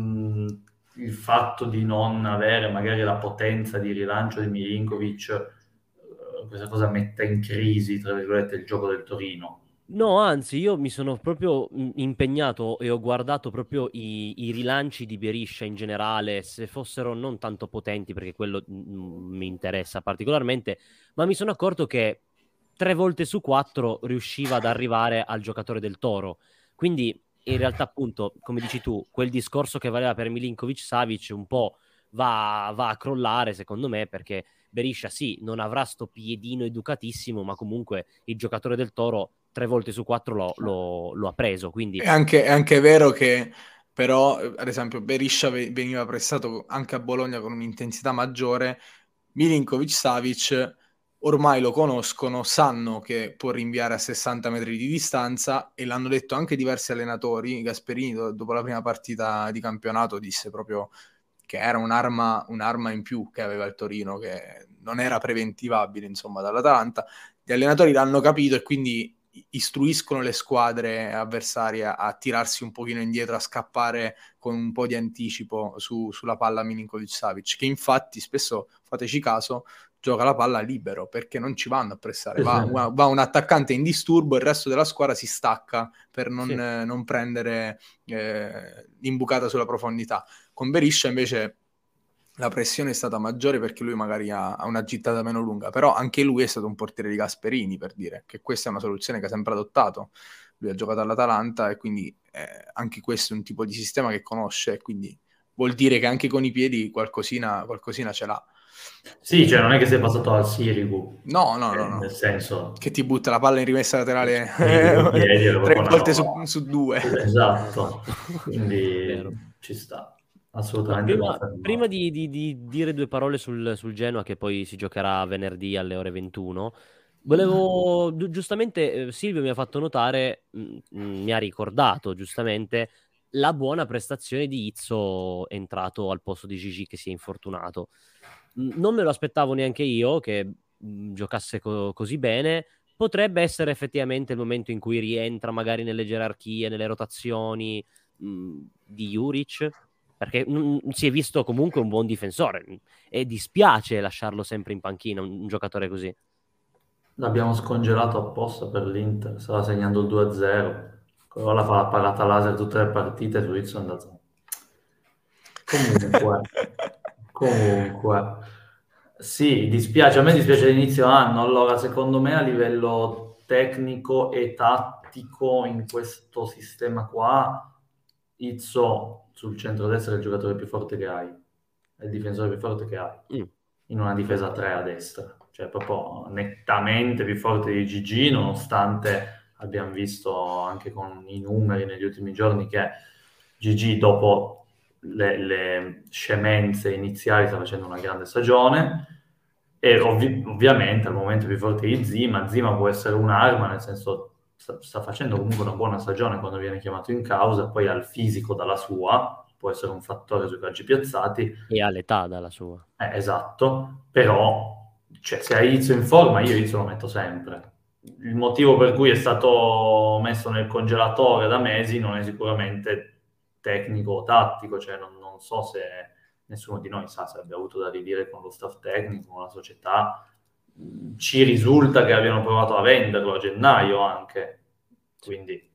il fatto di non avere magari la potenza di rilancio di Milinkovic questa cosa metta in crisi, tra virgolette, il gioco del Torino. No, anzi, io mi sono proprio impegnato e ho guardato proprio i rilanci di Beriscia in generale, se fossero non tanto potenti, perché quello mi interessa particolarmente, ma mi sono accorto che 3 volte su 4 riusciva ad arrivare al giocatore del Toro. Quindi, in realtà, appunto, come dici tu, quel discorso che valeva per Milinkovic-Savic un po' va a crollare, secondo me, perché Beriscia sì, non avrà sto piedino educatissimo, ma comunque il giocatore del Toro 3 volte su 4 lo ha preso, quindi È anche vero che però, ad esempio, Beriscia veniva prestato anche a Bologna con un'intensità maggiore. Milinkovic-Savic ormai lo conoscono, sanno che può rinviare a 60 metri di distanza, e l'hanno detto anche diversi allenatori. Gasperini dopo la prima partita di campionato disse proprio che era un'arma in più che aveva il Torino, che non era preventivabile, insomma, dall'Atalanta. Gli allenatori l'hanno capito e quindi istruiscono le squadre avversarie a tirarsi un pochino indietro, a scappare con un po' di anticipo sulla palla Milinkovic-Savic, che infatti spesso, fateci caso, gioca la palla libero perché non ci vanno a pressare. Va un attaccante in disturbo, il resto della squadra si stacca per sì. non prendere l'imbucata sulla profondità. Con Beriscia invece la pressione è stata maggiore perché lui magari ha una gittata meno lunga, però anche lui è stato un portiere di Gasperini, per dire che questa è una soluzione che ha sempre adottato. Lui ha giocato all'Atalanta e quindi anche questo è un tipo di sistema che conosce, e quindi vuol dire che anche con i piedi qualcosina ce l'ha. Sì, cioè non è che sei passato al Sirigu, No, no, no, nel no. senso, Che ti butta la palla in rimessa laterale Sirigu coi piedi era tre proprio una volte roba. su due. Esatto, Vero. quindi ci sta, No, assolutamente prima, confermato. prima di dire 2 parole sul Genoa, che poi si giocherà venerdì alle ore 21, Giustamente Silvio mi ha fatto notare, mi ha ricordato giustamente la buona prestazione di Izzo entrato al posto di Gigi che si è infortunato. Non me lo aspettavo neanche io che giocasse così bene. Potrebbe essere effettivamente il momento in cui rientra magari nelle gerarchie, nelle rotazioni di Juric, perché si è visto comunque un buon difensore e dispiace lasciarlo sempre in panchina, un giocatore così. L'abbiamo scongelato apposta per l'Inter, stava segnando il 2-0. Ora fa la parata laser tutte le partite, su Izzo è andato. Comunque, sì, dispiace, a me dispiace l'inizio anno. Allora, secondo me a livello tecnico e tattico in questo sistema qua, Izzo sul centro-destra è il giocatore più forte che hai, è il difensore più forte che hai, in una difesa 3 a destra, cioè proprio nettamente più forte di Gigi, nonostante abbiamo visto anche con i numeri negli ultimi giorni che Gigi dopo le scemenze iniziali sta facendo una grande stagione e ovviamente al momento più forte di Zima può essere un'arma, nel senso sta facendo comunque una buona stagione quando viene chiamato in causa, poi ha il fisico dalla sua, può essere un fattore sui calci piazzati. E ha l'età dalla sua. Esatto, però cioè, se hai Izzo in forma io Izzo lo metto sempre. Il motivo per cui è stato messo nel congelatore da mesi non è sicuramente tecnico o tattico, cioè non so se nessuno di noi sa se abbia avuto da ridire con lo staff tecnico, con la società. Ci risulta che abbiano provato a venderlo a gennaio anche, quindi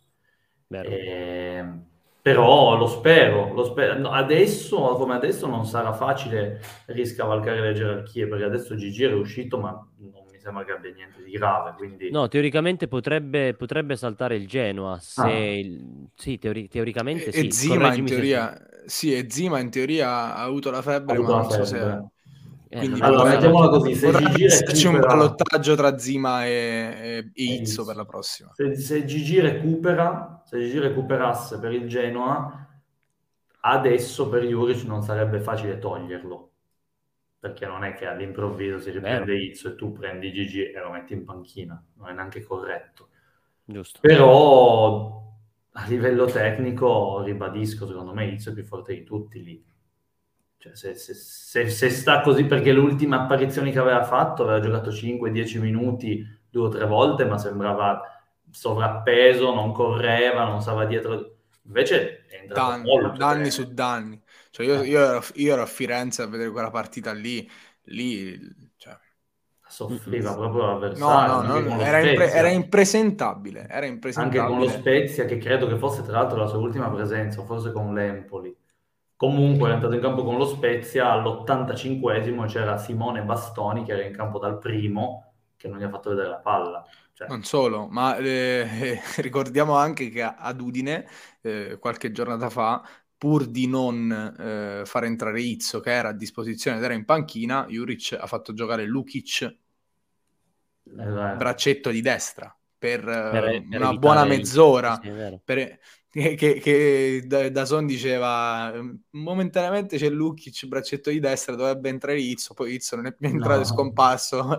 però lo spero. Adesso, come adesso, non sarà facile riscavalcare le gerarchie, perché adesso Gigi è uscito, ma non mi sembra che abbia niente di grave, quindi... No, teoricamente potrebbe saltare il Genoa, sì, teoricamente E sì. Zima in teoria, sì, e Zima in teoria ha avuto la febbre, ma non so se... Quindi allora, mettiamola così, se potrebbe Gigi esserci un recupera... ballottaggio tra Zima e Izzo per la prossima. Se Gigi recuperasse per il Genoa, adesso per Juric non sarebbe facile toglierlo, perché non è che all'improvviso si riprende Izzo e tu prendi Gigi e lo metti in panchina, non è neanche corretto. Giusto. Però a livello tecnico, ribadisco, secondo me Izzo è più forte di tutti lì. Cioè, se sta così, perché le ultime apparizioni che aveva fatto, aveva giocato 5-10 minuti 2 o 3 volte, ma sembrava sovrappeso, non correva, non stava dietro. Invece è entrato molto danni bene. su danni. Cioè io ero a Firenze a vedere quella partita lì cioè... soffriva proprio l'avversario. No, era impresentabile. Anche con lo Spezia, che credo che fosse tra l'altro la sua ultima presenza, forse con l'Empoli. Comunque è entrato in campo con lo Spezia, all'85esimo c'era Simone Bastoni che era in campo dal primo, che non gli ha fatto vedere la palla. Cioè... Non solo, ma ricordiamo anche che ad Udine, qualche giornata fa, pur di non far entrare Izzo, che era a disposizione ed era in panchina, Juric ha fatto giocare Lukic braccetto di destra per una buona mezz'ora. Sì, è vero. Che Dazon diceva momentaneamente c'è Lukic braccetto di destra, dovrebbe entrare Izzo, poi Izzo non è più entrato, è scomparso.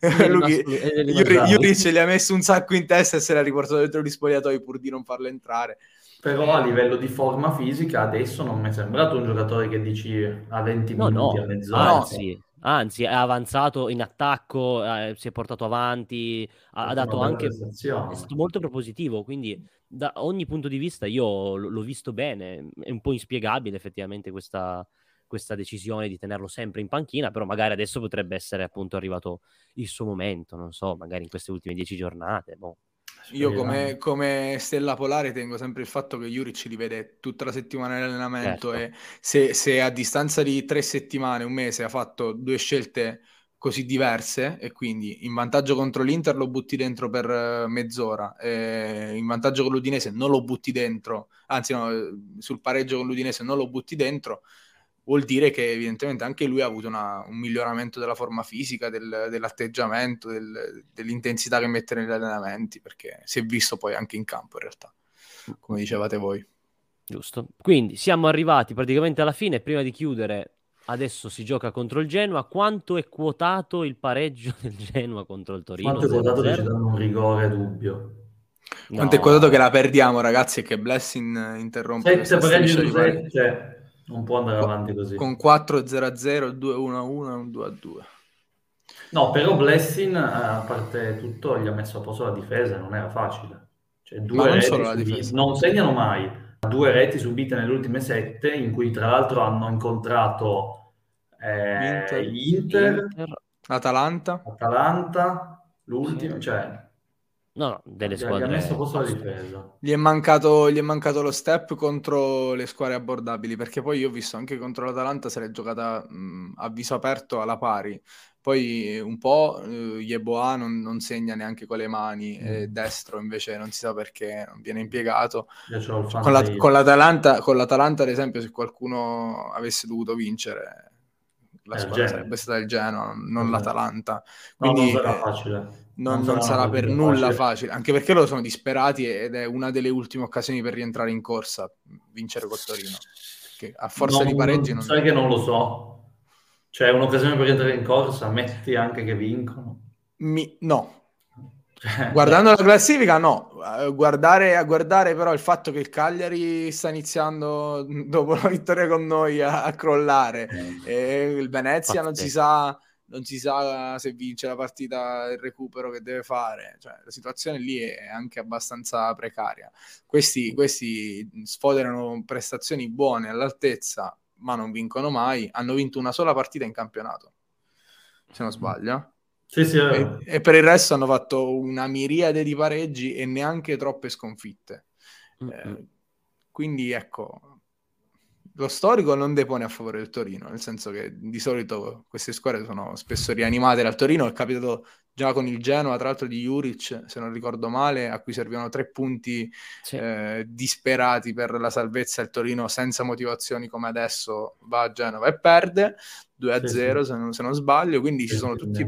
Juric gli ha messo un sacco in testa e se l'ha riportato dentro gli spogliatoi pur di non farlo entrare. Però a livello di forma fisica adesso non mi è sembrato un giocatore che dici a 20 minuti, a mezz'ora. Anzi, è avanzato in attacco, si è portato avanti, ha dato anche... È stato molto propositivo, quindi da ogni punto di vista io l'ho visto bene. È un po' inspiegabile effettivamente questa decisione di tenerlo sempre in panchina, però magari adesso potrebbe essere appunto arrivato il suo momento, non so, magari in queste ultime 10 giornate, boh. Io come stella polare tengo sempre il fatto che Juric li vede tutta la settimana in allenamento, e se a distanza di 3 settimane, un mese, ha fatto 2 scelte così diverse e quindi in vantaggio contro l'Inter lo butti dentro per mezz'ora, in vantaggio con l'Udinese non lo butti dentro, anzi no, sul pareggio con l'Udinese non lo butti dentro, vuol dire che evidentemente anche lui ha avuto un miglioramento della forma fisica, dell'atteggiamento, dell'intensità che mette negli allenamenti, perché si è visto poi anche in campo in realtà, come dicevate voi. Giusto. Quindi siamo arrivati praticamente alla fine. Prima di chiudere adesso si gioca contro il Genoa. Quanto è quotato il pareggio del Genoa contro il Torino? Quanto è quotato che ci 0-0? danno un rigore dubbio? Quanto è quotato che No, la perdiamo, ragazzi, e che Blessing interrompe 7 questa pareggi striscia su di pari 7, non può andare avanti così. con 4-0-0, 2-1-1 e un 2-2. No, però Blessing, a parte tutto, gli ha messo a posto la difesa, non era facile. Cioè, Ma due non reti solo la subite, difesa. non segnano mai, 2 reti subite nelle ultime 7, in cui tra l'altro hanno incontrato Inter, Inter, Atalanta. Atalanta, Sì. l'ultimo, cioè No, delle gli ha messo a squadre posto la toste. difesa. Gli è mancato lo step contro le squadre abbordabili, perché poi io ho visto anche contro l'Atalanta se l'è giocata a viso aperto alla pari. Poi un po' Yeboah non segna neanche con le mani, e destro invece non si sa perché non viene impiegato. Io c'ho il Con Fanta io. con l'Atalanta, ad esempio, se qualcuno avesse dovuto vincere, la squadra sarebbe stata il Genoa, non l'Atalanta. No, non Quindi sarà facile. non sarà una sarà per partita nulla facile, anche perché loro sono disperati ed è una delle ultime occasioni per rientrare in corsa, vincere col Torino. Che a forza di pareggi Sai che non lo so. Cioè, un'occasione per entrare in corsa, metti anche che vincono. No. Cioè, Guardando la classifica, no. A guardare però il fatto che il Cagliari sta iniziando dopo la vittoria con noi a crollare, e il Venezia non si sa se vince la partita, il recupero che deve fare. Cioè, la situazione lì è anche abbastanza precaria. Questi sfoderano prestazioni buone all'altezza, ma non vincono mai. Hanno vinto una sola partita in campionato, se non sbaglio. Sì, E per il resto hanno fatto una miriade di pareggi e neanche troppe sconfitte. Quindi ecco, lo storico non depone a favore del Torino, nel senso che di solito queste squadre sono spesso rianimate dal Torino. È capitato già con il Genoa, tra l'altro di Juric, se non ricordo male, a cui servivano 3 punti disperati per la salvezza. Il Torino, senza motivazioni come adesso, va a Genova e perde 2-0, se non sbaglio. Quindi ci sono tutti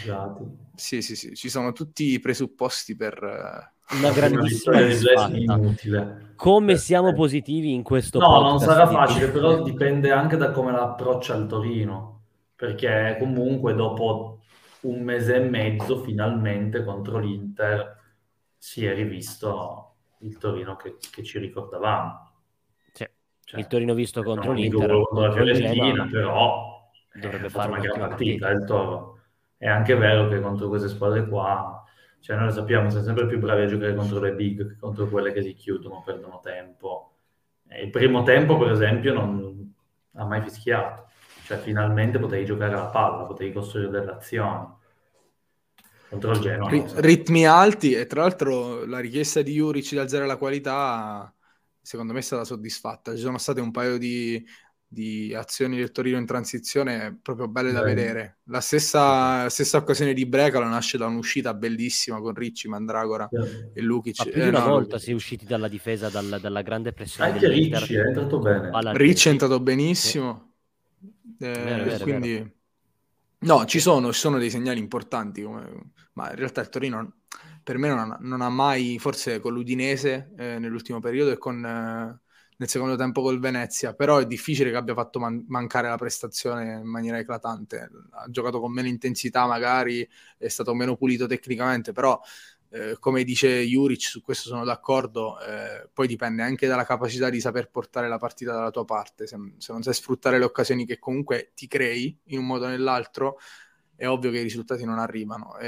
ci sono tutti i presupposti per una grandissima disfatta. Come siamo positivi in questo podcast? No, non sarà facile, però dipende anche da come l'approccia il Torino, perché comunque dopo un mese e mezzo finalmente contro l'Inter si è rivisto il Torino che ci ricordavamo. Cioè, il Torino visto contro l'Inter, contro la Fiorentina, Genoa, però dovrebbe fare fare una gran partita. il Toro. È anche vero che contro queste squadre qua, cioè noi lo sappiamo, siamo sempre più bravi a giocare contro le big che contro quelle che si chiudono, perdono tempo. Il primo tempo, per esempio, non ha mai fischiato. Cioè, finalmente potevi giocare alla palla, potevi costruire delle azioni. Contro il Genoa. Ritmi alti, e tra l'altro la richiesta di Juric di alzare la qualità, secondo me, è stata soddisfatta. Ci sono state un paio di azioni del Torino in transizione proprio belle da vedere. La stessa occasione di Brecalo nasce da un'uscita bellissima con Ricci, Mandragora e Lukic. Ma più di una volta si è usciti dalla difesa, dalla grande pressione anche dell'Inter. Ricci è entrato bene. Ricci è entrato benissimo. Quindi no, ci sono dei segnali importanti, ma in realtà il Torino per me non ha mai, forse con l'Udinese nell'ultimo periodo e nel secondo tempo col Venezia, però è difficile che abbia fatto mancare la prestazione in maniera eclatante. Ha giocato con meno intensità, magari è stato meno pulito tecnicamente, però come dice Juric, su questo sono d'accordo. Poi dipende anche dalla capacità di saper portare la partita dalla tua parte. Se non sai sfruttare le occasioni che comunque ti crei in un modo o nell'altro, è ovvio che i risultati non arrivano,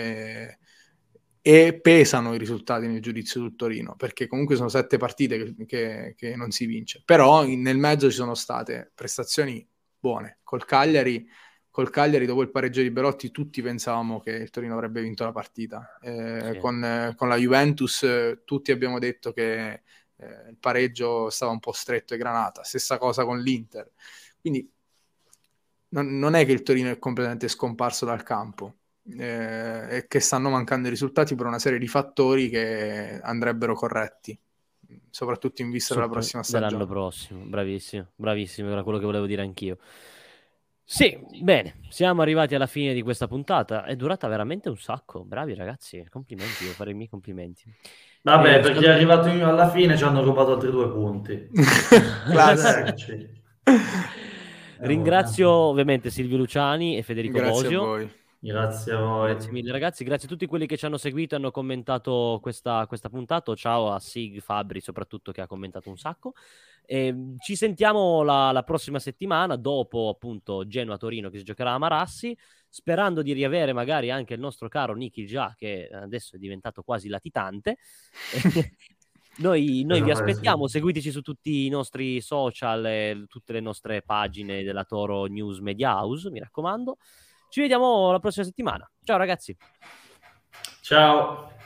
e pesano i risultati nel giudizio del Torino, perché comunque sono 7 partite che non si vince. Però nel mezzo ci sono state prestazioni buone. Col Cagliari, dopo il pareggio di Belotti, tutti pensavamo che il Torino avrebbe vinto la partita. Con la Juventus tutti abbiamo detto che il pareggio stava un po' stretto e Granata. Stessa cosa con l'Inter. Quindi non è che il Torino è completamente scomparso dal campo, e che stanno mancando i risultati per una serie di fattori che andrebbero corretti, soprattutto in vista della prossima stagione. Dell'anno prossimo. Bravissimo, era quello che volevo dire anch'io. Sì, bene, siamo arrivati alla fine di questa puntata. È durata veramente un sacco. Bravi ragazzi, complimenti, devo fare i miei complimenti. Vabbè, perché è arrivato alla fine ci hanno rubato altri 2 punti. Ringrazio ovviamente Silvio Luciani e Federico Grazie Bosio. a voi. Grazie a voi. Grazie mille ragazzi, grazie a tutti quelli che ci hanno seguito e hanno commentato questa puntata. Ciao a Sig, Fabri soprattutto, che ha commentato un sacco. Ci sentiamo la prossima settimana dopo appunto Genoa-Torino, che si giocherà a Marassi, sperando di riavere magari anche il nostro caro Nicky Già, che adesso è diventato quasi latitante. Noi vi aspettiamo, seguiteci su tutti i nostri social, tutte le nostre pagine della Toro News Media House, mi raccomando. Ci vediamo la prossima settimana. Ciao ragazzi. Ciao.